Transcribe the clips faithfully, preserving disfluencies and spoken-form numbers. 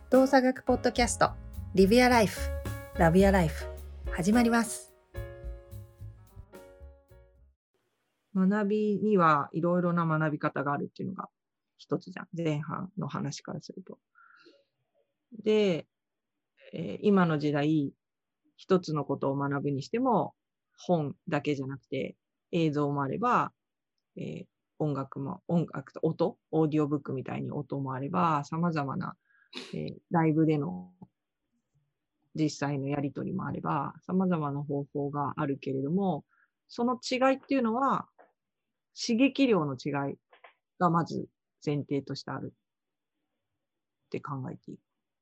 動作学ポッドキャスト Live Your Life Love Your Life 始まります。学びにはいろいろな学び方があるっていうのが一つじゃん、前半の話からすると。で、えー今の時代一つのことを学ぶにしても本だけじゃなくて映像もあれば、えー音楽も音楽と音オーディオブックみたいに音もあれば、さまざまな、えーライブでの実際のやり取りもあれば、さまざまな方法があるけれども、その違いっていうのは刺激量の違いがまず前提としてあるって考えていい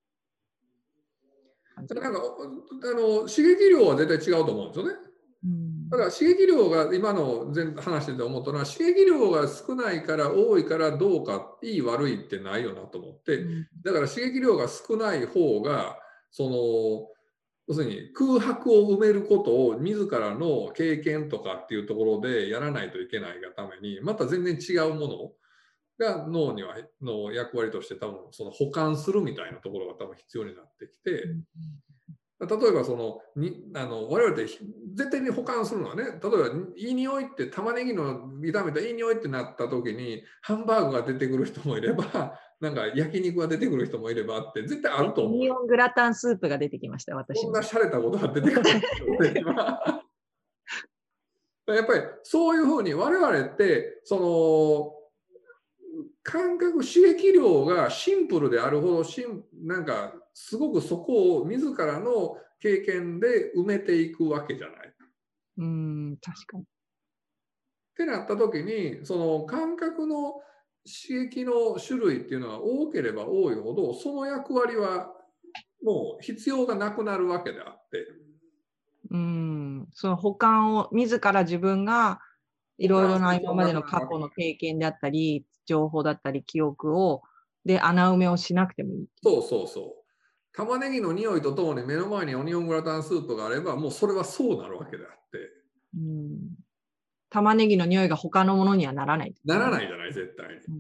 感じ。 なんかあの刺激量は絶対違うと思うんですよね。 うんだから刺激量が今の前話で思ったのは、刺激量が少ないから多いからどうかいい悪いってないよなと思って、 うん、 だから刺激量が少ない方がその要するに空白を埋めることを自らの経験とかっていうところでやらないといけないがために、また全然違うものが脳にはの役割として多分その保管するみたいなところが多分必要になってきて、 うん例えばそのにあの我々って絶対に保管するのはね、例えばいい匂いって玉ねぎの炒めたいい匂いってなった時にハンバーグが出てくる人もいれば、なんか焼肉が出てくる人もいればって絶対あると思う。 オニオングラタンスープが出てきました、私こんの。 な洒落たことが出てくるんですよね今やっぱりそういうふうに我々ってその感覚刺激量がシンプルであるほどしんなんかすごくそこを自らの経験で埋めていくわけじゃない。 うーん、確かに。 ってなった時にその感覚の刺激の種類っていうのは多ければ多いほどその役割はもう必要がなくなるわけであって、 うーん、その保管を自ら自分がいろいろな今までの過去の経験であったり、情報だったり、記憶を、で、穴埋めをしなくてもいい。 そうそうそう。玉ねぎの匂いとともに目の前にオニオングラタンスープがあれば、もうそれはそうなるわけであって。 うん、玉ねぎの匂いが他のものにはならない。 ならないじゃない、絶対に。 うん、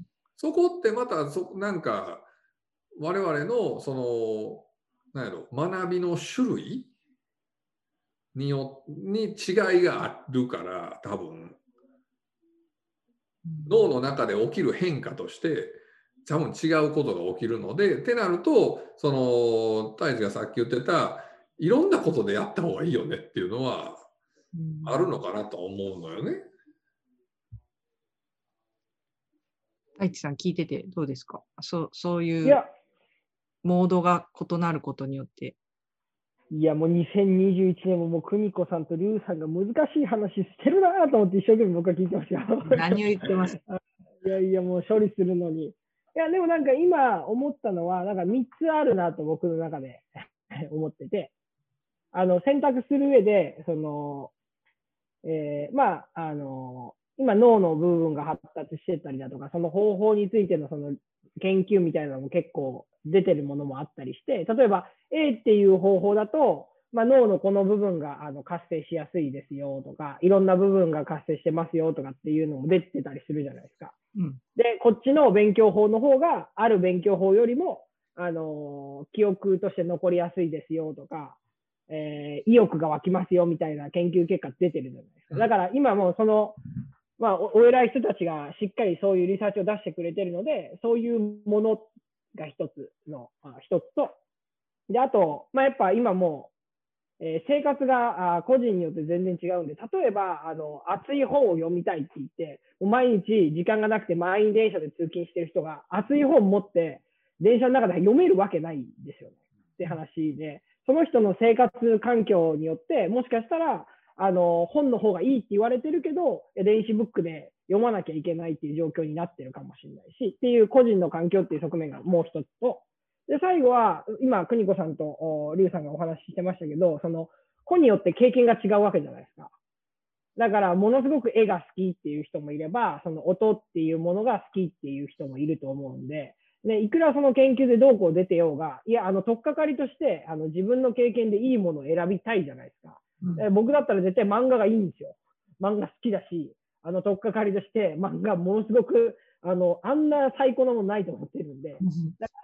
そこってまたそ、なんか、我々の、その、なんやろ、学びの種類によに違いがあるから、多分、脳の中で起きる変化として、多分違うことが起きるので、ってなると、その、太一がさっき言ってた、いろんなことでやった方がいいよねっていうのは、あるのかなと思うのよね。 太一さん聞いててどうですか？そう、そういいうや、 モードが異なることによって。 いやもうにせんにじゅういちねんももう久美子さんと劉さんが難しい話してるなと思って一生懸命僕は聞いてますよ。 何を言ってますか？ いやいやもう処理するのに。いやでもなんか今思ったのはなんかみっつあるなと僕の中で思ってて、あの選択する上でその、えー、まああの今脳の部分が発達してたりだとか、その方法についてのその研究みたいなのも結構出てるものもあったりして、例えば A っていう方法だと、まあ、脳のこの部分があの活性しやすいですよとか、いろんな部分が活性してますよとかっていうのも出てたりするじゃないですか。 うん、 で、こっちの勉強法の方がある勉強法よりも、あの記憶として残りやすいですよとか、えー、意欲が湧きますよみたいな研究結果出てるじゃないですか。だから今もそのまあ、お偉い人たちがしっかりそういうリサーチを出してくれてるので、そういうものが一つの、あ一つと、で、あと、まあ、やっぱ今もう、えー、生活があ個人によって全然違うんで、例えば、あの、熱い本を読みたいって言って、もう毎日時間がなくて満員電車で通勤してる人が、熱い本持って、電車の中で読めるわけないんですよね。って話で、その人の生活環境によって、もしかしたら、あの本の方がいいって言われてるけど、電子ブックで読まなきゃいけないっていう状況になってるかもしれないし、っていう個人の環境っていう側面がもう一つと、で最後は今邦子さんと劉さんがお話ししてましたけど、その子によって経験が違うわけじゃないですか。だからものすごく絵が好きっていう人もいれば、その音っていうものが好きっていう人もいると思うんで、ね、いくらその研究でどうこう出てようが、いや、あの取っかかりとしてあの自分の経験でいいものを選びたいじゃないですか。うん、僕だったら絶対漫画がいいんですよ。漫画好きだし、あの取っかかりとして漫画ものすごくあのあんな最高なものないと思ってるんで、だか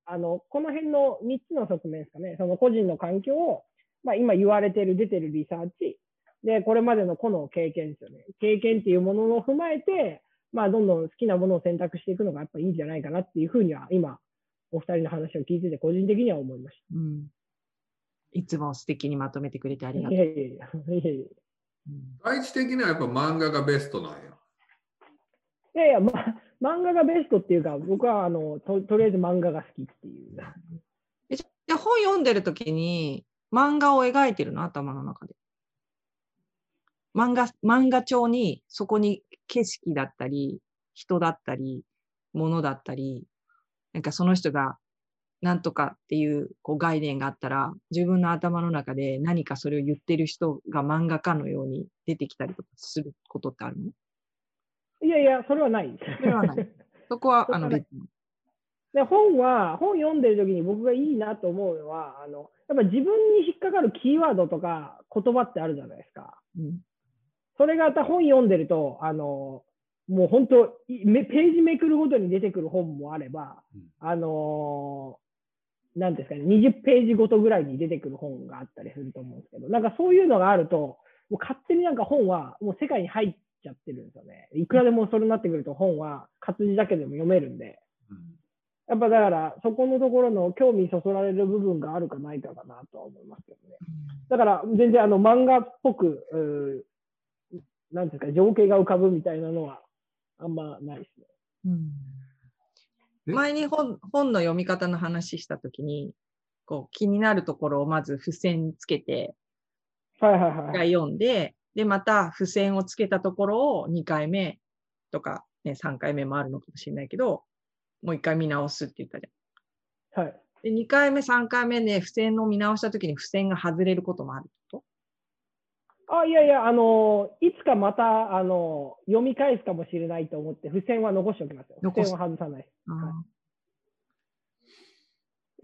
あのこの辺のみっつの側面ですかね、その個人の環境を、まあ、今言われてる、出てるリサーチ、で、これまでの個の経験ですよね。経験っていうものを踏まえて、まあ、どんどん好きなものを選択していくのがやっぱいいんじゃないかなっていうふうには、今、お二人の話を聞いてて、個人的には思いました。 うん、いつも素敵にまとめてくれてありがとう。 いやいやいやいやいや。 第一的にはやっぱ漫画がベストなんや。 いやいや、ま、漫画がベストっていうか、僕はあの と, とりあえず漫画が好きっていう。 えじゃあ本読んでるときに漫画を描いてるの、頭の中で。漫画、漫画帳にそこに景色だったり、人だったり、物だったり、なんかその人がなんとかっていうこう概念があったら、自分の頭の中で何かそれを言ってる人が漫画家のように出てきたりとかすることってあるの？ いやいや、それはない。 それはない。そこは、あの、別に。 で、本は、本読んでるときに僕がいいなと思うのは、あの、やっぱ自分に引っかかるキーワードとか言葉ってあるじゃないですか。 うん、 それが本読んでると、あの、もう本当、ページめくるごとに出てくる本もあれば、うん、あの、なんですかね、にじゅっページごとぐらいに出てくる本があったりすると思うんですけど、なんかそういうのがあると、もう勝手になんか本はもう世界に入っちゃってるんですよね。いくらでもそれになってくると本は活字だけでも読めるんで、うん、やっぱだからそこのところの興味そそられる部分があるかないかかなとは思いますけどね。だから全然あの漫画っぽく、なんていうか情景が浮かぶみたいなのはあんまないですね。 うん前に 本, 本の読み方の話したときに、こう気になるところをまず付箋つけて、 はいはいはい、 いっかい読んで、で、また付箋をつけたところをにかいめとか、ね、さんかいめもあるのかもしれないけど、もういっかい見直すって言ったじゃん。はい。 で、にかいめ、さんかいめで付箋を見直したときに付箋が外れることもあると。 あ、いやいや、あの、いつかまた、あの、読み返すかもしれないと思って、付箋は残しておきますよ。付箋は外さない。はい、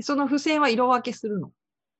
その付箋は色分けするの？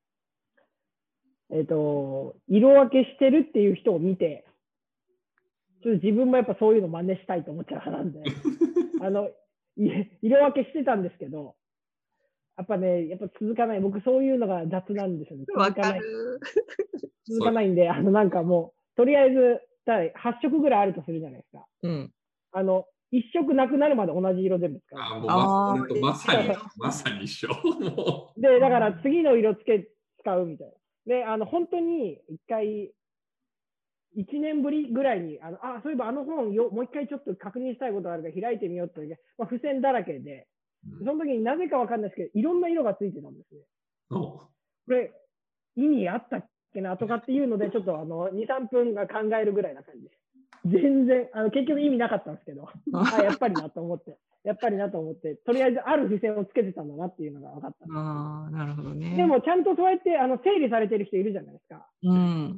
えっと、色分けしてるっていう人を見て、ちょっと自分もやっぱそういうの真似したいと思っちゃう派なんで、あの、色分けしてたんですけど、やっぱね、やっぱ続かない。僕そういうのが雑なんですよね。続かない。続かないんで、あの、なんかもう、とりあえず、はち色ぐらいあるとするじゃないですか。 うん。 あの、いち色なくなるまで同じ色全部使う。 あ、もうまさに、まさに、まさに一緒。 で、だから次の色つけ、使うみたいな。で、あの、本当に一回、いちねんぶりぐらいに、あの、あ、そういえばあの本よ、もう一回ちょっと確認したいことがあるから開いてみようって、まあ、付箋だらけで、その時になぜかわかんないですけど、いろんな色がついてたんですね。これ、意味あったっけなとかっていうので、ちょっとあのに、さんぷんが考えるぐらいな感じです。全然、あの結局意味なかったんですけど、あ、やっぱりなと思って、やっぱりなと思って、とりあえずある付箋をつけてたんだなっていうのが分かった。 ああ、なるほどね。 でも、ちゃんとそうやってあの整理されてる人いるじゃないですか。 うん。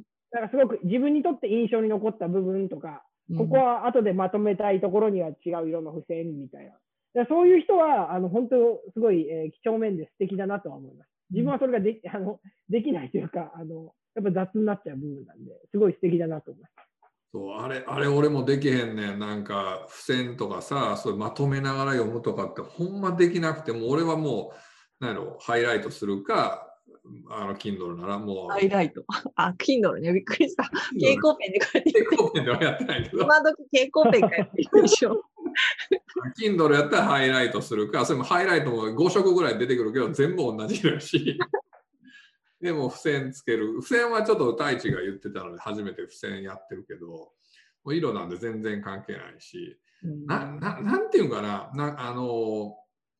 だからすごく自分にとって印象に残った部分とか、ここは後でまとめたいところには違う色の付箋みたいな。そういう人はあの本当すごい、えー、几帳面で素敵だなとは思います。自分はそれがであのできないというか、あのやっぱ雑になっちゃう部分なんで、すごい素敵だなと思います。 そうあれ、あれ俺もできへんねん。なんか付箋とかさ、それまとめながら読むとかってほんまできなくて、もう俺はもう、なんやろ、ハイライトするか、あの、Kindle ならもう。 ハイライト。あ、Kindle ね、びっくりした。蛍光ペンで書いてる。 蛍光ペンではやってないけど。 今時蛍光ペン書いてるでしょ。 Kindle やったらハイライトするか、それもハイライトもご色ぐらい出てくるけど、全部同じ色やし。でも付箋つける。付箋はちょっと太一が言ってたので、初めて付箋やってるけど、もう色なんで全然関係ないし、うん、な, な, なんていうかな、なあの、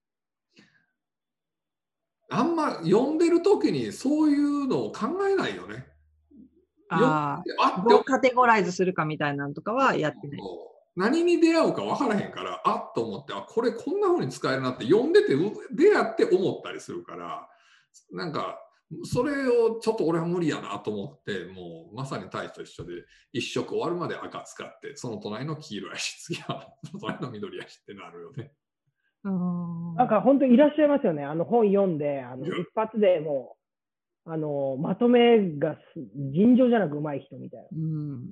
あんま読んでる時にそういうのを考えないよね。 ああ、どうカテゴライズするかみたいなのとかはやってない。 何に出会うか分からへんから、あっと思って、あ、これこんな風に使えるなって読んでて出会って思ったりするから、なんかそれをちょっと俺は無理やなと思って、もうまさに太一と一緒で一色終わるまで赤使って、その隣の黄色やし、次はその隣の緑やしってなるよね。 なんか本当にいらっしゃいますよね。あの本読んで、あの一発でもうあのまとめが尋常じゃなく上手い人みたいな。うん、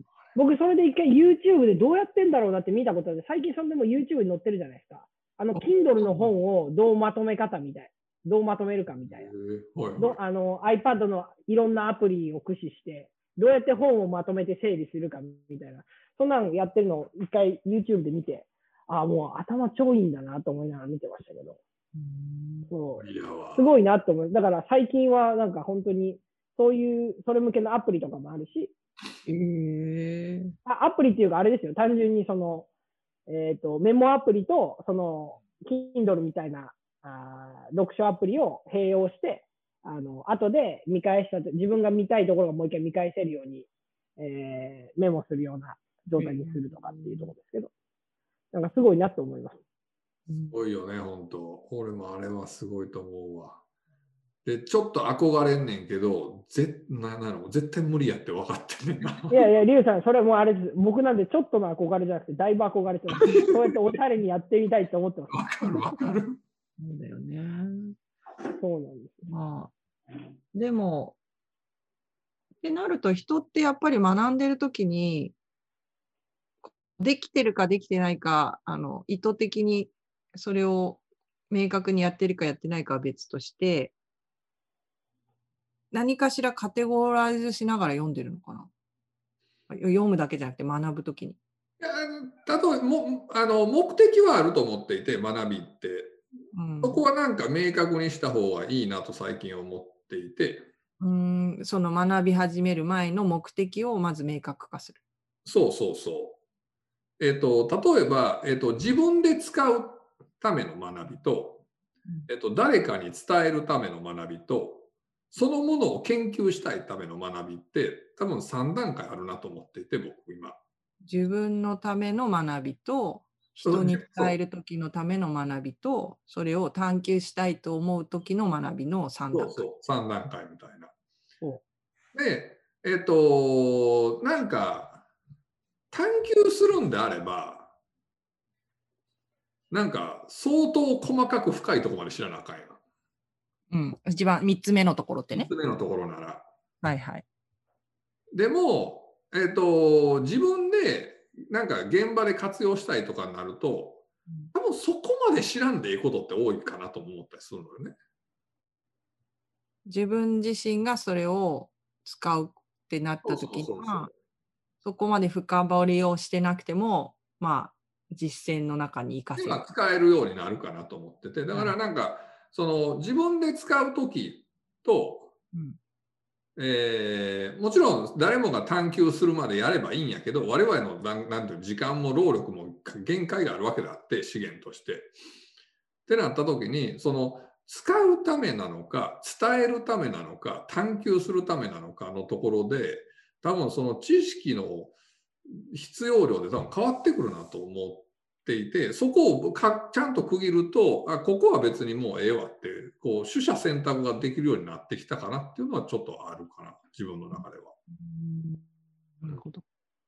僕それで一回 YouTube でどうやってんだろうなって見たことで、最近それでも YouTube に載ってるじゃないですか。あの Kindle の本をどうまとめ方みたいどうまとめるかみたいな。 へーはいはいどあの iPad のいろんなアプリを駆使して、どうやって本をまとめて整理するかみたいな。そんなのやってるのを一回 YouTube で見て、ああ、もう頭超いいんだなと思いながら見てましたけど。そういやわすごいなと思う。だから最近はなんか本当にそういうそれ向けのアプリとかもあるし、 えー、 あアプリっていうかあれですよ、単純にその、えっ、と、メモアプリとその Kindle みたいなあ読書アプリを併用して、あの後で見返したと、自分が見たいところがもう一回見返せるように、えーメモするような状態にするとかっていうところですけど、なんかすごいなと思います。 すごいよね、本当。俺もあれはすごいと思うわ。で、ちょっと憧れんねんけど、ぜななの絶対無理やって分かってんねんな。 いやいや、リュウさん、それもあれです。僕なんでちょっとの憧れじゃなくて、だいぶ憧れてます。そうやっておしゃれにやってみたいと思ってます。 分かる分かる。 そうだよね。 そうなんです。 まあ、でも、ってなると、人ってやっぱり学んでるときに、できてるかできてないか、あの、意図的にそれを明確にやってるかやってないかは別として、何かしらカテゴライズしながら読んでるのかな。読むだけじゃなくて学ぶときに。 いや例えばもあの目的はあると思っていて、学びって。 うん、 そこはなんか明確にした方がいいなと最近思っていて。 うーん、その学び始める前の目的をまず明確化する。 そうそうそう。えっ、と、例えば、えっ、と、自分で使うための学びと、えっ、と、誰かに伝えるための学びと、そのものを研究したいための学びって多分さん段階あるなと思っていて、僕今。 自分のための学びと、人に伝える時のための学びと、それを探求したいと思う時の学びのさん段階。 そうそう、さん段階みたいな。 そで、えっ、と、なんか、探求するんであれば、なんか相当細かく深いところまで知らなあかんやん。 うん、一番みっつめのところってね。 みっつめのところなら。 はいはい。 でも、えっ、と、自分でなんか現場で活用したいとかになると、多分そこまで知らんでいいことって多いかなと思ったりするのよね。 自分自身がそれを使うってなった時にそうそうそうそうは、そこまで深掘りをしてなくても、まあ、実践の中に活かせる。 今使えるようになるかなと思ってて、だからなんか、その自分で使う時と、 うんえーもちろん誰もが探求するまでやればいいんやけど、我々のなんなんていう時間も労力も限界があるわけであって、資源として。ってなった時に、その使うためなのか、伝えるためなのか、探求するためなのかのところで、多分その知識の必要量で多分変わってくるなと思っていて、そこをかちゃんと区切ると、あ、ここは別にもうええわって、こう取捨選択ができるようになってきたかなっていうのはちょっとあるかな、自分の中では。 なるほど。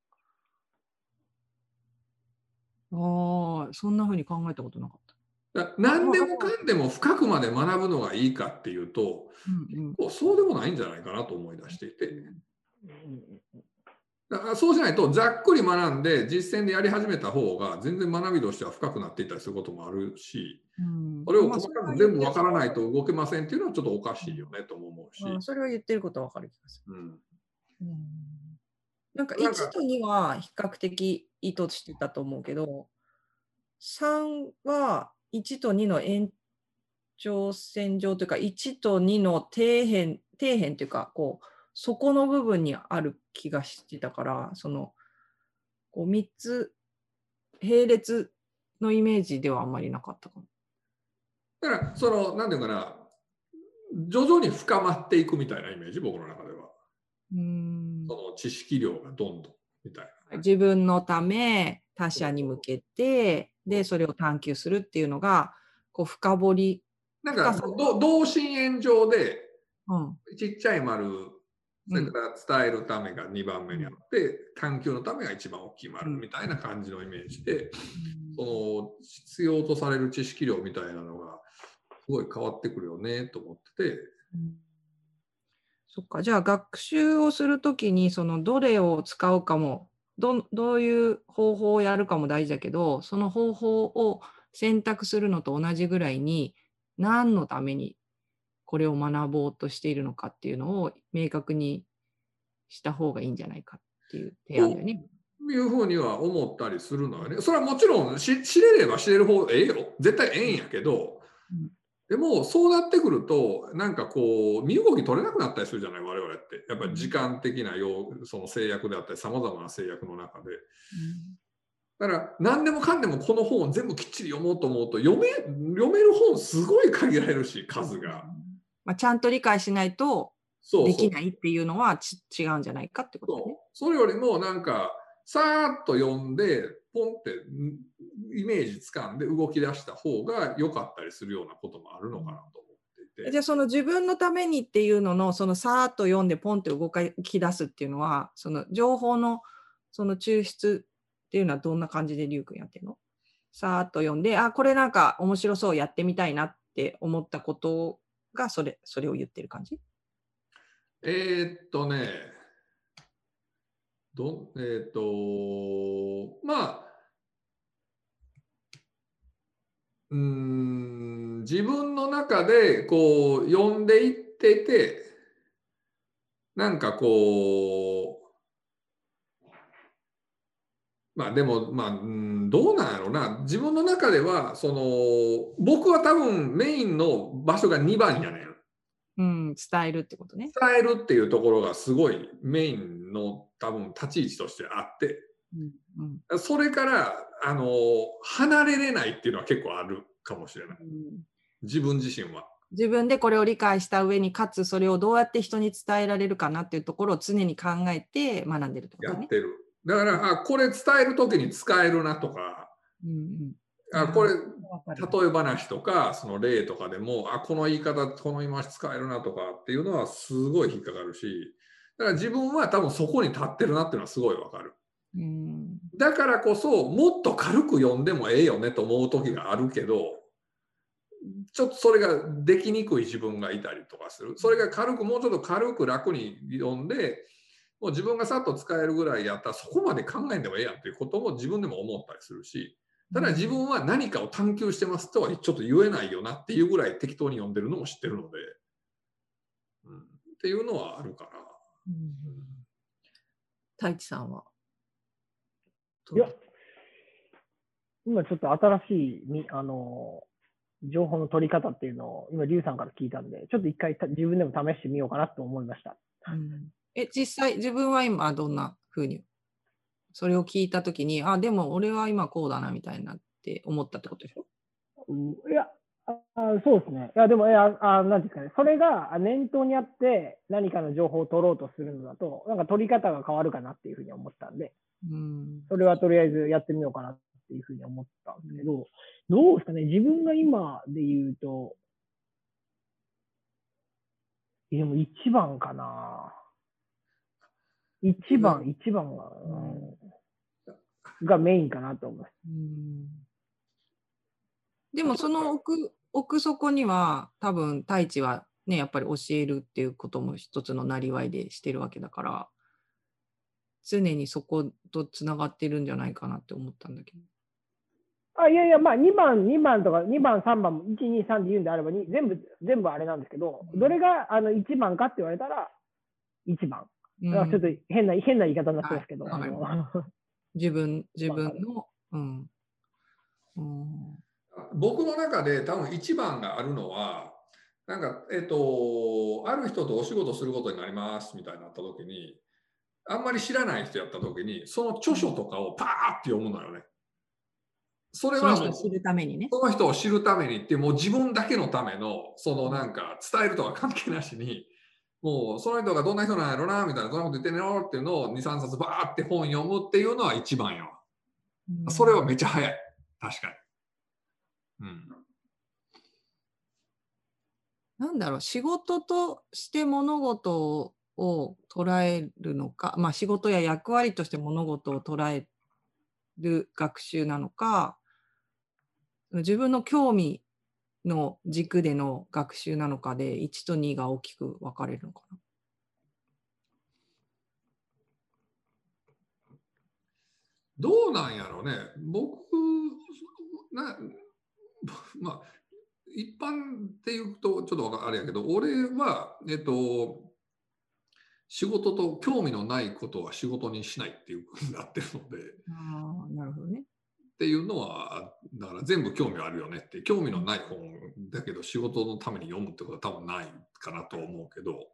ああ、そんなふうに考えたことなかった。 だ何でもかんでも深くまで学ぶのがいいかっていうと、 うんうん、 そうでもないんじゃないかなと思い出していて。 う。 だからそうしないとざっくり学んで実践でやり始めた方が全然学びとしては深くなっていったりすることもあるし、 うん、 それを細かく全部わからないと動けませんっていうのはちょっとおかしいよねとも思うし。 あそれを言ってることは分かる気がする。 うんうん、なんかなんかいちとには比較的意図してたと思うけど、さんはいちとにの延長線上というか、いちとにの底辺、底辺というか、こう、そこの部分にある気がしてたから、その、こうみっつ、並列のイメージではあんまりなかったかも。 だからそのなんていうかな、徐々に深まっていくみたいなイメージ、僕の中では。 うーんその知識量がどんどんみたいな。 自分のため、他者に向けて、で、それを探求するっていうのが、こう深掘り。 なんかど同心円状でうん、 ちっちゃい丸、それから伝えるためがにばんめにあって、うん、探求のためが一番大きい丸みたいな感じのイメージで、うん、その必要とされる知識量みたいなのがすごい変わってくるよねと思ってて。 うん、そっか、じゃあ学習をするときにそのどれを使うかもど、どういう方法をやるかも大事だけど、その方法を選択するのと同じぐらいに何のためにこれを学ぼうとしているのかっていうのを明確にした方がいいんじゃないかっていう提案だよね。 というふうには思ったりするのよね。それはもちろんし知れれば知れる方がええよ。絶対ええんやけど、 うん、 でもそうなってくると、なんかこう、身動き取れなくなったりするじゃない、我々って。やっぱり時間的な要その制約であったり、さまざまな制約の中で。 うん、 だから何でもかんでもこの本を全部きっちり読もうと思うと読め読める本すごい限られるし、数が。 まあ、ちゃんと理解しないとそうそうできないっていうのはち違うんじゃないかってことだね。 そうそれよりもなんかさーっと読んでポンってイメージつかんで動き出した方が良かったりするようなこともあるのかなと思っていて。 じゃあその自分のためにっていうののそのさーっと読んでポンって動き出すっていうのはその情報のその抽出っていうのはどんな感じでりゅうくんやってるの？さーっと読んで、あ、これなんか面白そうやってみたいなって思ったことがそれ、それを言ってる感じ？ えーっとね、どえーっと、まあ、うーん、自分の中でこう読んでいってて、なんかこう、まあでも、まあ、うん、どうなんやろうな。自分の中では、その、僕は多分メインの場所がにばんやねん。 うん、伝えるってことね。 伝えるっていうところがすごいメインの多分立ち位置としてあって、 うんうんそれから、あの、離れれないっていうのは結構あるかもしれない。 うん自分自身は。 自分でこれを理解した上に、かつそれをどうやって人に伝えられるかなっていうところを常に考えて学んでるってことね。 やってる。だから、あ、これ伝えるときに使えるなとか、 うんうんあ、これ、 わかる例え話とか、その例とかでも、あ、この言い方、この言い回し使えるなとかっていうのはすごい引っかかるし、だから自分は多分そこに立ってるなっていうのはすごいわかる。 うんだからこそ、もっと軽く読んでもええよねと思う時があるけど、ちょっとそれができにくい自分がいたりとかする。それが軽く、もうちょっと軽く楽に読んで、もう自分がさっと使えるぐらいやったらそこまで考えんでもええやんっていうことも自分でも思ったりするし、ただ自分は何かを探求してますとはちょっと言えないよなっていうぐらい適当に読んでるのも知ってるので、うん、っていうのはあるかな。 うん太一さんは？ いや、今ちょっと新しいみ、あの、情報の取り方っていうのを今、リュウさんから聞いたんで、ちょっと一回た自分でも試してみようかなと思いました。 うんえ、実際自分は今どんな風にそれを聞いたときに、あ、でも俺は今こうだなみたいなって思ったってことでしょ？ うん、いや、ああそうですね。いや、でも、いや、あなんですかね。それがあ念頭にあって何かの情報を取ろうとするのだと、なんか取り方が変わるかなっていうふうに思ったんで、 うんそれはとりあえずやってみようかなっていうふうに思ったんですけど、どうですかね。自分が今で言うと、でも一番かな。一番、一番が、うん、がメインかなと思います。 うんでもその奥、奥底には多分太一はね、やっぱり教えるっていうことも一つのなりわいでしてるわけだから、常にそことつながってるんじゃないかなって思ったんだけど。 あ、いやいや、まあ、にばん、にばんとか、にばん、さんばんも、いち、に、さんで言うんであれば、に全部、全部あれなんですけど、どれがあのいちばんかって言われたら、いちばん。 うんちょっと変な、変な言い方になってますけど、 はいあの自分、自分の、うん。うん僕の中で多分一番があるのは、なんか、えっと、ある人とお仕事することになりますみたいになった時に、あんまり知らない人やった時に、その著書とかをパーって読むのよね。それそのはもう人を知るためにね。 その人を知るためにって、もう自分だけのための、そのなんか伝えるとか関係なしに、もうその人がどんな人なんやろな、みたいな、どんなこと言ってんのよっていうのをに、さんさつバーって本読むっていうのは一番よ。 うんそれはめっちゃ早い。確かに。うん。 なんだろう、仕事として物事を捉えるのか、まあ仕事や役割として物事を捉える学習なのか、自分の興味の軸での学習なのかでいちとにが大きく分かれるのかな。 どうなんやろうね。僕、な、まあ、 一般っていうとちょっとあれやけど、俺は、えっと、仕事と興味のないことは仕事にしないっていうふうになってるので、 ああ、なるほどね。 っていうのは、だから全部興味あるよねって、興味のない本だけど仕事のために読むってことは多分ないかなと思うけど、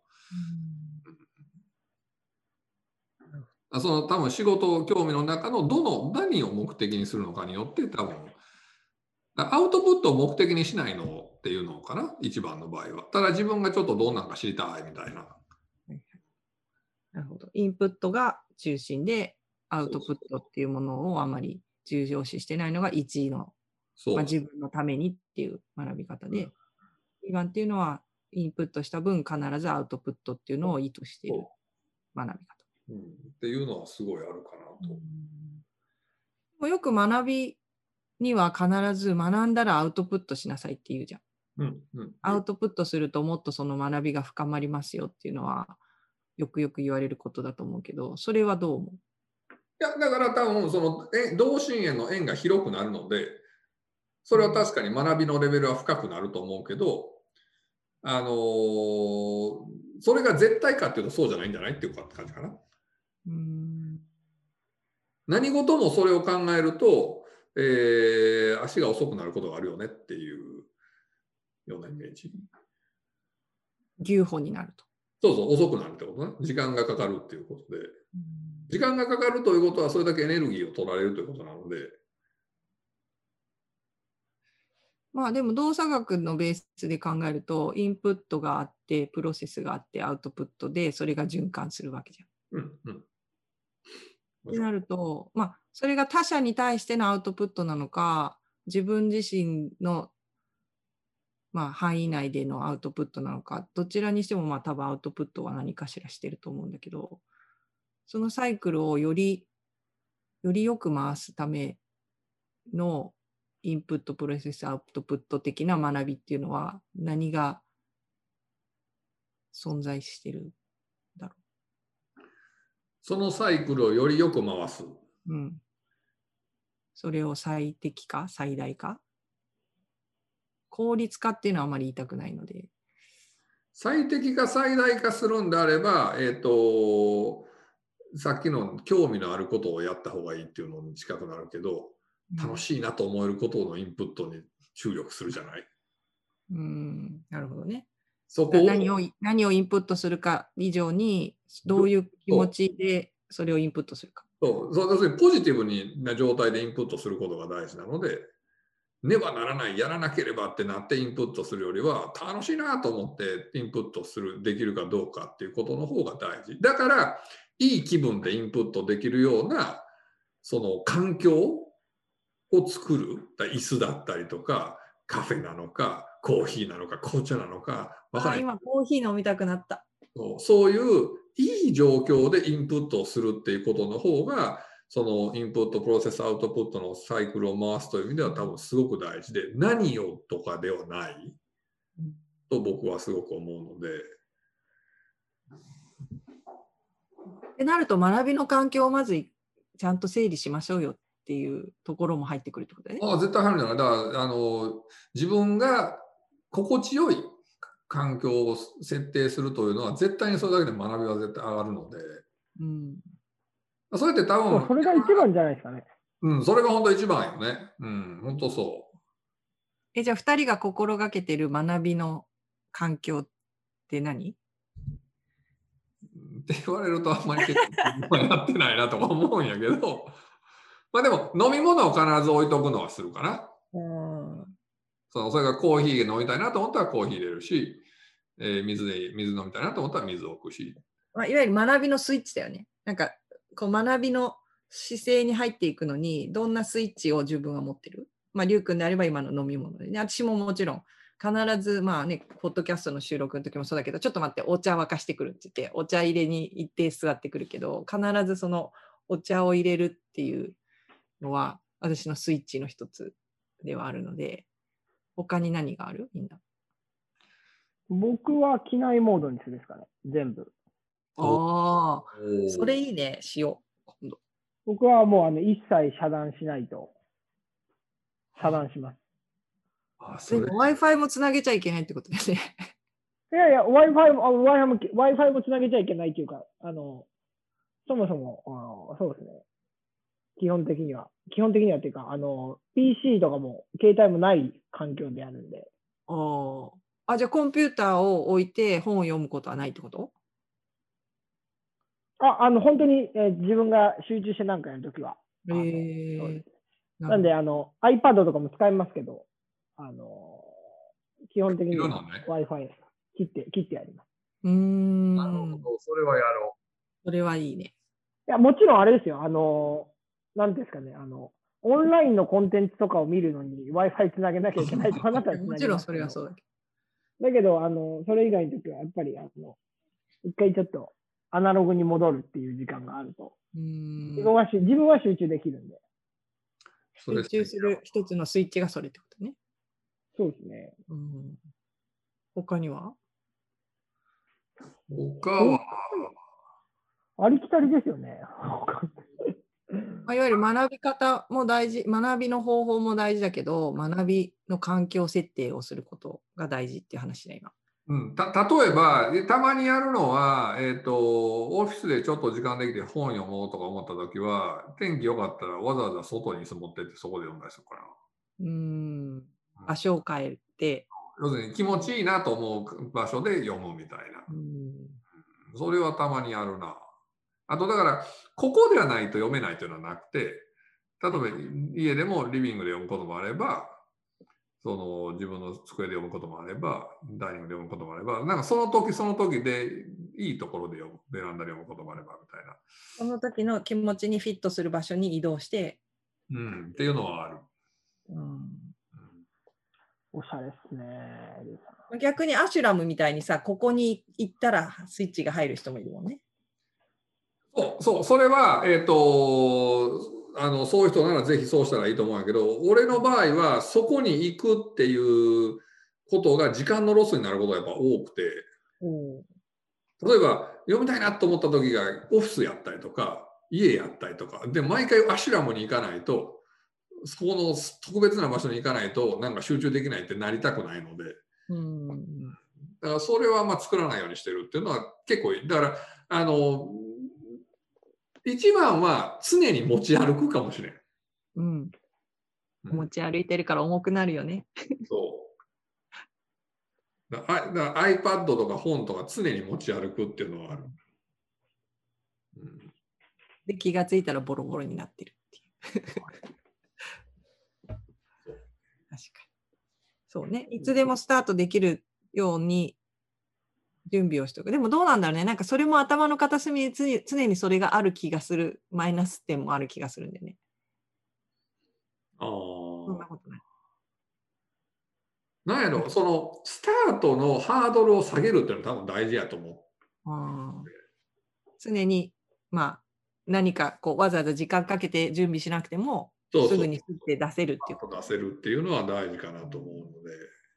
うん、その多分仕事興味の中のどの何を目的にするのかによって多分、アウトプットを目的にしないのっていうのかな、一番の場合は。ただ自分がちょっとどうなんか知りたいみたいな。 なるほど。インプットが中心で、アウトプットっていうものをあまり重要視してないのがいちいの、まあ、自分のためにっていう学び方で、にばんっていうのは、インプットした分必ずアウトプットっていうのを意図している学び方。 うん、っていうのはすごいあるかなと。 うん、よく学びには必ず学んだらアウトプットしなさいって言うじゃん。 うんうん、 アウトプットするともっとその学びが深まりますよっていうのはよくよく言われることだと思うけど、それはどう思う？ いや、だから多分そのえ同心円の円が広くなるので、それは確かに学びのレベルは深くなると思うけど、あのー、それが絶対かっていうとそうじゃないんじゃないっていう感じかな。 うーん、 何事もそれを考えると、えー、足が遅くなることがあるよねっていうようなイメージ。 牛歩になると。 そうそう、遅くなるってことね。時間がかかるっていうことで。時間がかかるということは、それだけエネルギーを取られるということなので。 まあでも動作学のベースで考えると、インプットがあって、プロセスがあって、アウトプットで、それが循環するわけじゃん。 うんうん。 ってなると、まあ、それが他者に対してのアウトプットなのか、自分自身の、まあ、範囲内でのアウトプットなのか、どちらにしてもまあ多分アウトプットは何かしらしてると思うんだけど、そのサイクルをより、よりよく回すためのインプット、プロセス、アウトプット的な学びっていうのは何が存在してるんだろそのサイクルをよりよく回す。 う。うん。それを最適化、最大化。効率化っていうのはあまり言いたくないので。 最適化、最大化するんであれば、えっと、さっきの興味のあることをやった方がいいっていうのに近くなるけど、楽しいなと思えることのインプットに注力するじゃない。 うん、うんなるほどね。 そこを何を何をインプットするか以上に、どういう気持ちでそれをインプットするか。 そう、そう要するにポジティブな状態でインプットすることが大事なので、ねばならない、やらなければってなってインプットするよりは、楽しいなと思ってインプットする、できるかどうかっていうことの方が大事。だから、いい気分でインプットできるような、その環境を作る、椅子だったりとか、カフェなのか、コーヒーなのか、紅茶なのか、わからない。 今、コーヒー飲みたくなった。 そうそういういい状況でインプットをするっていうことの方が、そのインプット、プロセス、アウトプットのサイクルを回すという意味では多分すごく大事で、何をとかではないと僕はすごく思うので。 ってなると、学びの環境をまずちゃんと整理しましょうよっていうところも入ってくるってことね。 ああ、絶対入るんじゃない。だからあの自分が心地よい環境を設定するというのは絶対にそれだけで学びは絶対上がるので。 うん、 それって多分それが一番じゃないですかね。 うん、それが本当一番よね。うん、本当そう。 え、じゃあふたりが心がけてる学びの環境って何？ って言われるとあんまり結構やってないなとか思うんやけど、まあでも飲み物を必ず置いとくのはするかな。 うん、 そのそれがコーヒー飲みたいなと思ったらコーヒー入れるし、えー、水で水飲みたいなと思ったら水を置くし。 まあ、いわゆる学びのスイッチだよね。なんかこう学びの姿勢に入っていくのにどんなスイッチを自分は持ってる？まあ、リュウ君であれば今の飲み物でね。私ももちろん必ずまあね、ポッドキャストの収録の時もそうだけど、ちょっと待って、お茶沸かしてくるって言って、お茶入れに行って座ってくるけど、必ずそのお茶を入れるっていうのは私のスイッチの一つではあるので、他に何がある？みんな。 僕は機内モードにするですかね、全部。 ああ、それいいね、しよう、今度。 僕はもうあの一切遮断しないと、遮断します。 あ、それ。 でも Wi-Fi もつなげちゃいけないってことですね。 いやいや、Wi-Fi も、あ Wi-Fi も、Wi-Fi もつなげちゃいけないっていうか、あの、そもそも、あのそうですね。基本的には。基本的にはっていうか、あの、ピーシー とかも、携帯もない環境であるんで。 ああ、じゃあコンピューターを置いて本を読むことはないってこと？ あ、あの、本当に、えー自分が集中してなんかやるときは。あのそうへえ。 ですなんで、あの、iPad とかも使えますけど、あの、基本的にはいるのね。 Wi-Fi 切って、切ってやります。 うーん。 なるほど、それはやろそれはいいね。 いや、もちろんあれですよ。あの、なんていうんですかね、あの、オンラインのコンテンツとかを見るのに Wi-Fi つなげなきゃいけないとかなったらつもなちろんそれはげますけど。 そうだけだけど、あの、それ以外の時はやっぱり、あの、一回ちょっとアナログに戻るっていう時間があると、 ど。うーん。 自分はし自分は集中できるんで。 う。それ集中する一つのスイッチがそれってことね。 そうですね。 うん。他には？ 他は、 ありきたりですよね。 まあ、いわゆる学び方も大事、学びの方法も大事だけど、学びの環境設定をすることが大事っていう話だ、今。 うん、た例えば、でたまにやるのは、えっと、オフィスでちょっと時間できて本読もうとか思ったときは、天気良かったらわざわざ外に椅子持ってってそこで読んだりするかな。 うーん。場所を変えて。 要するに気持ちいいなと思う場所で読むみたいな。 うん。 それはたまにやるな。あとだから、ここではないと読めないというのはなくて、例えば家でもリビングで読むこともあれば、その自分の机で読むこともあれば、ダイニングで読むこともあれば、なんかその時その時でいいところで読む、ベランダで読むこともあればみたいな。 その時の気持ちにフィットする場所に移動して、 うん、っていうのはある。 うん、 おしゃれっすね。 逆にアシュラムみたいにさ、ここに行ったらスイッチが入る人もいるもんね。 そう、そう、それは、えっと、あの、そういう人ならぜひそうしたらいいと思うんやけど、俺の場合はそこに行くっていうことが時間のロスになることがやっぱ多くて、例えば読みたいなと思った時がオフィスやったりとか、家やったりとか、で、毎回アシュラムに行かないと、そこの特別な場所に行かないとなんか集中できないってなりたくないので、 うん、 だからそれはまあ作らないようにしてるっていうのは結構いい。だからあの一番は常に持ち歩くかもしれん。 うん。持ち歩いてるから重くなるよね。 そうだだだ iPad とか本とか常に持ち歩くっていうのはある。うん、 で、気がついたらボロボロになってるっていう。確かに。そうね。いつでもスタートできるように準備をしておく。でもどうなんだろうね。なんかそれも頭の片隅に常常にそれがある気がする。マイナス点もある気がするんだよね。 ああ。 そんなことない。 なんやろ、そのスタートのハードルを下げるっていうのは多分大事やと思う。 あ常に、まあ、何かこうわざわざ時間かけて準備しなくても、 そうそうすぐにすって出せるっていうこと。 出せるっていうのは大事かなと思うので。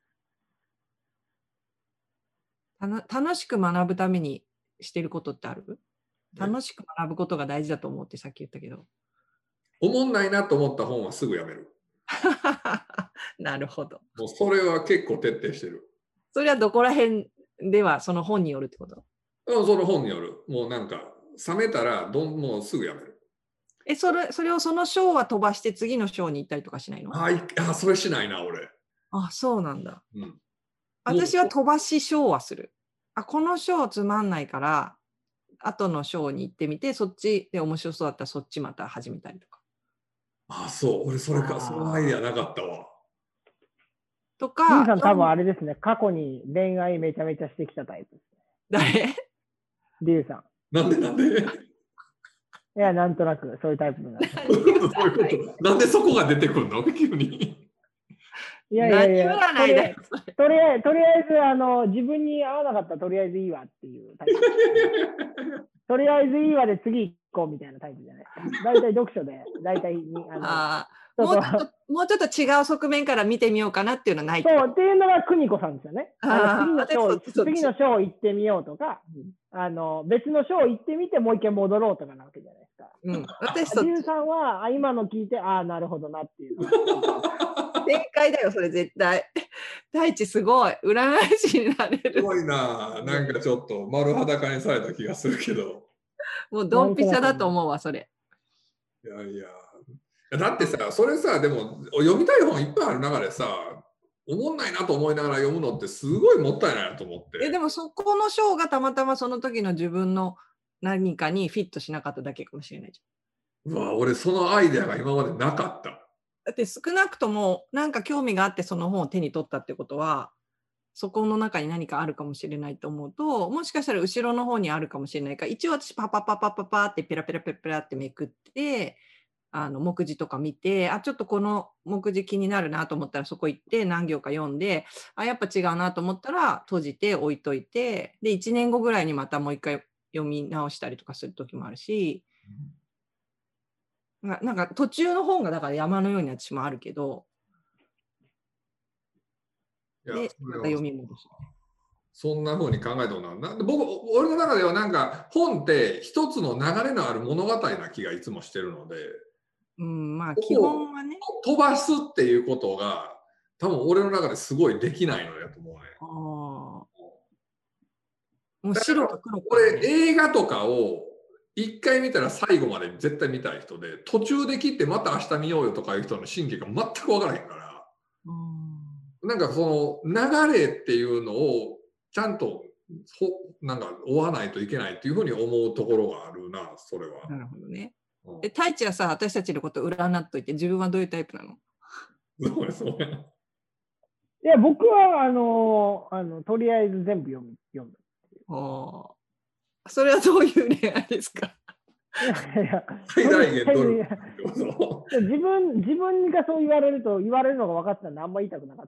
たの楽しく学ぶためにしてることってある？楽しく学ぶことが大事だと思うってさっき言ったけど。 おもんないなと思った本はすぐやめる。 なるほど。 もうそれは結構徹底してる。 それはどこら辺ではその本によるってこと？ うん、その本による。もうなんか、冷めたらどんもうすぐやめる。 え、それ、それをその章は飛ばして次の章に行ったりとかしないの？ あいあ、それしないな、俺。 あ、そうなんだ。 うん、 私は飛ばし章はする。あ、この章つまんないから、後の章に行ってみて、そっちで面白そうだったらそっちまた始めたりとか。 あ、そう。俺、それか、そのアイデアなかったわ。 とか。 リュウさん多分あれですね、過去に恋愛めちゃめちゃしてきたタイプです。 誰？ リュウさん。 なんでなんでいや、なんとなくそういうタイプなんです。 そういうことなんでそこが出てくるの急に。 いやいやいや、 何占いだよとりあえず、とりあえずあの、自分に合わなかったらとりあえずいいわっていうタイプ。とりあえずいいわで次行こうみたいなタイプじゃないですか。大体読書で、大体に、あの、 あもうちょっと、もうちょっと違う側面から見てみようかなっていうのはない。 そうっていうのが邦子さんですよね。あの次のあ章、次の章行ってみようとか、あの別の章行ってみてもう一回戻ろうとかなわけじゃないですか。 うん、私そっち。 リュウさんはあ今の聞いて、ああ、なるほどなっていう。 正解だよ、それ絶対。太一すごい。占い師になれる。 すごいな。なんかちょっと丸裸にされた気がするけど。 もうドンピシャだと思うわ、それ。 いやいや。だってさ、それさ、でも読みたい本いっぱいある中でさ、おもんないなと思いながら読むのってすごいもったいないなと思って。 え、でもそこの章がたまたまその時の自分の何かにフィットしなかっただけかもしれないじうわ、俺そのアイデアが今までなかった。 ゃん。だって少なくともなんか興味があってその本を手に取ったってことは、そこの中に何かあるかもしれないと思うと、もしかしたら後ろの方にあるかもしれないから、一応私パパパパパパってペラペラペラペラってめくって、あの目次とか見て、あ、ちょっとこの目次気になるなと思ったらそこ行って何行か読んで、あ、やっぱ違うなと思ったら閉じて置いといて、で、いちねんごぐらいにまたもう一回読み直したりとかする時もあるし、ななんか途中の本がだから山のように私もあるけど、 いや、 で、 それはまた読み戻す。 そんな風に考えたことない。なんで僕、俺の中ではなんか本って一つの流れのある物語な気がいつもしてるので、 うん、まあ基ここを本はね。 飛ばすっていうことが多分俺の中ですごいできないのやと思うね。 ああ。もう白か黒か、 俺ね。 映画とかを一回見たら最後まで絶対見たい人で、途中で切ってまた明日見ようよとかいう人の神経が全く分からへんから、 うん、 なんかその流れっていうのをちゃんとほなんか追わないといけないっていうふうに思うところがあるな、それは。 なるほどね。 うん、 え、太一はさ、私たちのこと占っといて、自分はどういうタイプなの？ そうやそうや。 いや、僕は、あの、あのとりあえず全部読む。読むおそれはどういう恋愛ですか？ いやいや最大限努力いや自分自分がそう言われると、言われるのが分かったんで、あんま言いたくなかった。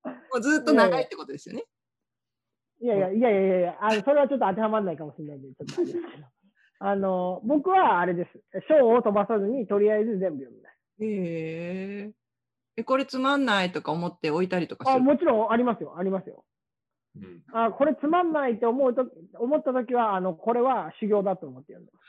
もうずっと長いってことですよね。 いやいやいやいやいやいや、あのそれはちょっと当てはまらないかもしれないんで、ちょっとあれですけど。あの僕はあれです。章を飛ばさずに、とりあえず全部読みます。 へえ。これつまんないとか思って置いたりとかする？ あ、もちろんありますよ、ありますよ。うん、あ、これつまんないって思うと思ったときは、あのこれは修行だと思って読んでます。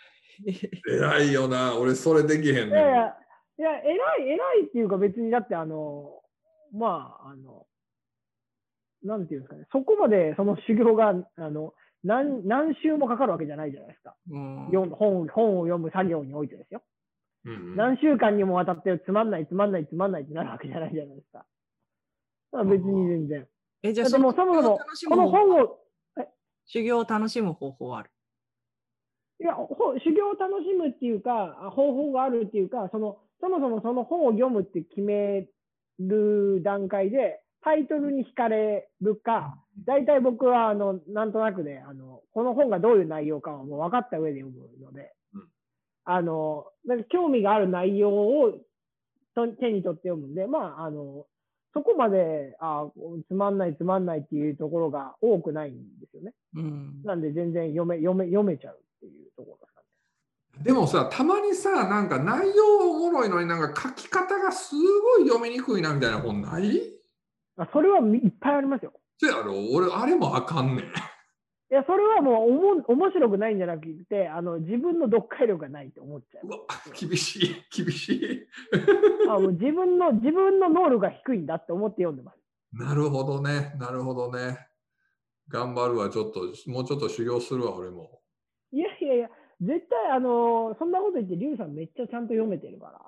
偉いよな、俺それできへんねん。いやいや、 いや、偉い、偉いっていうか別に、だってあの、まあ、あの、なんていうんですかね、そこまでその修行があの 何, 何週もかかるわけじゃないじゃないですか。うん、本, 本を読む作業においてですよ。うんうん、何週間にもわたってつまんない、つまんない、つまんないってなるわけじゃないじゃないですか。だから別に全然。 え、じゃあでもそもそもこの本を、 修行を楽しむ方法はある？ いや、修行を楽しむっていうか、方法があるっていうか、そのそもそもその本を読むって決める段階で、タイトルに惹かれるか、大体僕はあのなんとなくで、あのこの本がどういう内容かはもう分かった上で読むので、うん、あの興味がある内容を手に取って読むんで、まあ、あのそこまであつまんないつまんないっていうところが多くないんですよね。うん、なんで全然読め読め読めちゃうっていうところですかね。 でもさ、たまにさ、なんか内容おもろいのになんか書き方がすごい読みにくいなみたいな本ない？ あ、それはいっぱいありますよ。 そうやろ、俺あれもあかんねん。いや、それはもうおも面白くないんじゃなくて、あの自分の読解力がないって思っちゃう。 うわ、厳しい、厳しい。 あ、もう自分の自分の能力が低いんだって思って読んでます。 なるほどね、なるほどね。頑張るわ、ちょっと、もうちょっと修行するわ、俺も。 いやいやいや、絶対、あのそんなこと言って、リュウさんめっちゃちゃんと読めてるから。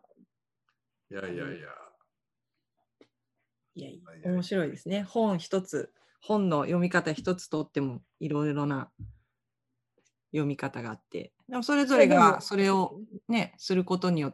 いやいやいや。 いやいや、面白いですね。本一つ、本の読み方一つとってもいろいろな読み方があって、でもそれぞれがそれをね、することによって、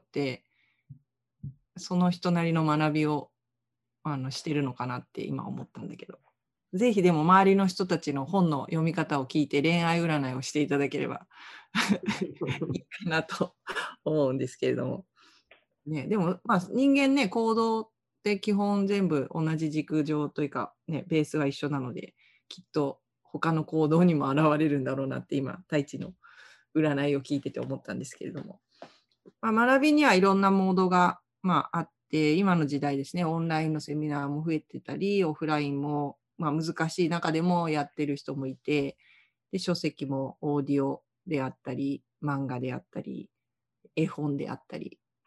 その人なりの学びをあのしてるのかなって今思ったんだけど、ぜひでも周りの人たちの本の読み方を聞いて恋愛占いをしていただければいいかなと思うんですけれども。ね、でも、まあ、人間ね、行動って基本全部同じ軸上というか、ね、ベースは一緒なので、きっと他の行動にも現れるんだろうなって今、太一の占いを聞いてて思ったんですけれども。まあ、学びにはいろんなモードが、まあ、あって、今の時代ですね、オンラインのセミナーも増えてたり、オフラインも、まあ、難しい中でもやってる人もいて、で書籍もオーディオであったり、漫画であったり、絵本であったり、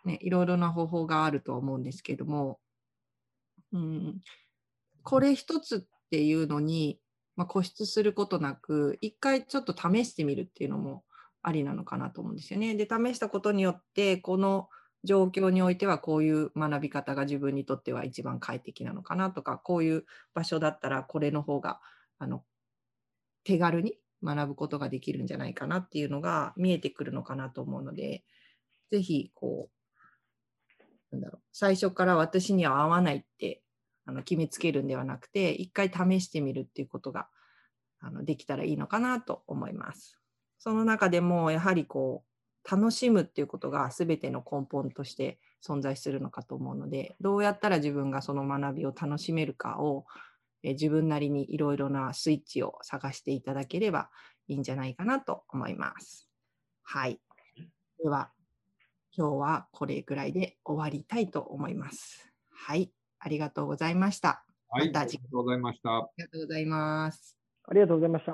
ね、いろいろな方法があるとは思うんですけども、うん、これ一つっていうのに、まあ、固執することなく、一回ちょっと試してみるっていうのもありなのかなと思うんですよね。で、試したことによって、この状況においてはこういう学び方が自分にとっては一番快適なのかなとか、こういう場所だったらこれの方があの手軽に学ぶことができるんじゃないかなっていうのが見えてくるのかなと思うので、ぜひこう、なんだろう、最初から私には合わないってあの決めつけるんではなくて、一回試してみるっていうことがあのできたらいいのかなと思います。その中でもやはりこう楽しむっていうことが全ての根本として存在するのかと思うので、どうやったら自分がその学びを楽しめるかをえ自分なりにいろいろなスイッチを探していただければいいんじゃないかなと思います。はい。では、今日はこれぐらいで終わりたいと思います。はい。ありがとうございました。 はい、 また次回。 ありがとうございました。 ありがとうございます。 ありがとうございました。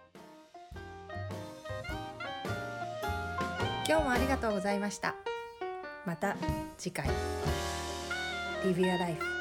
今日もありがとうございました。また次回。Live Your Life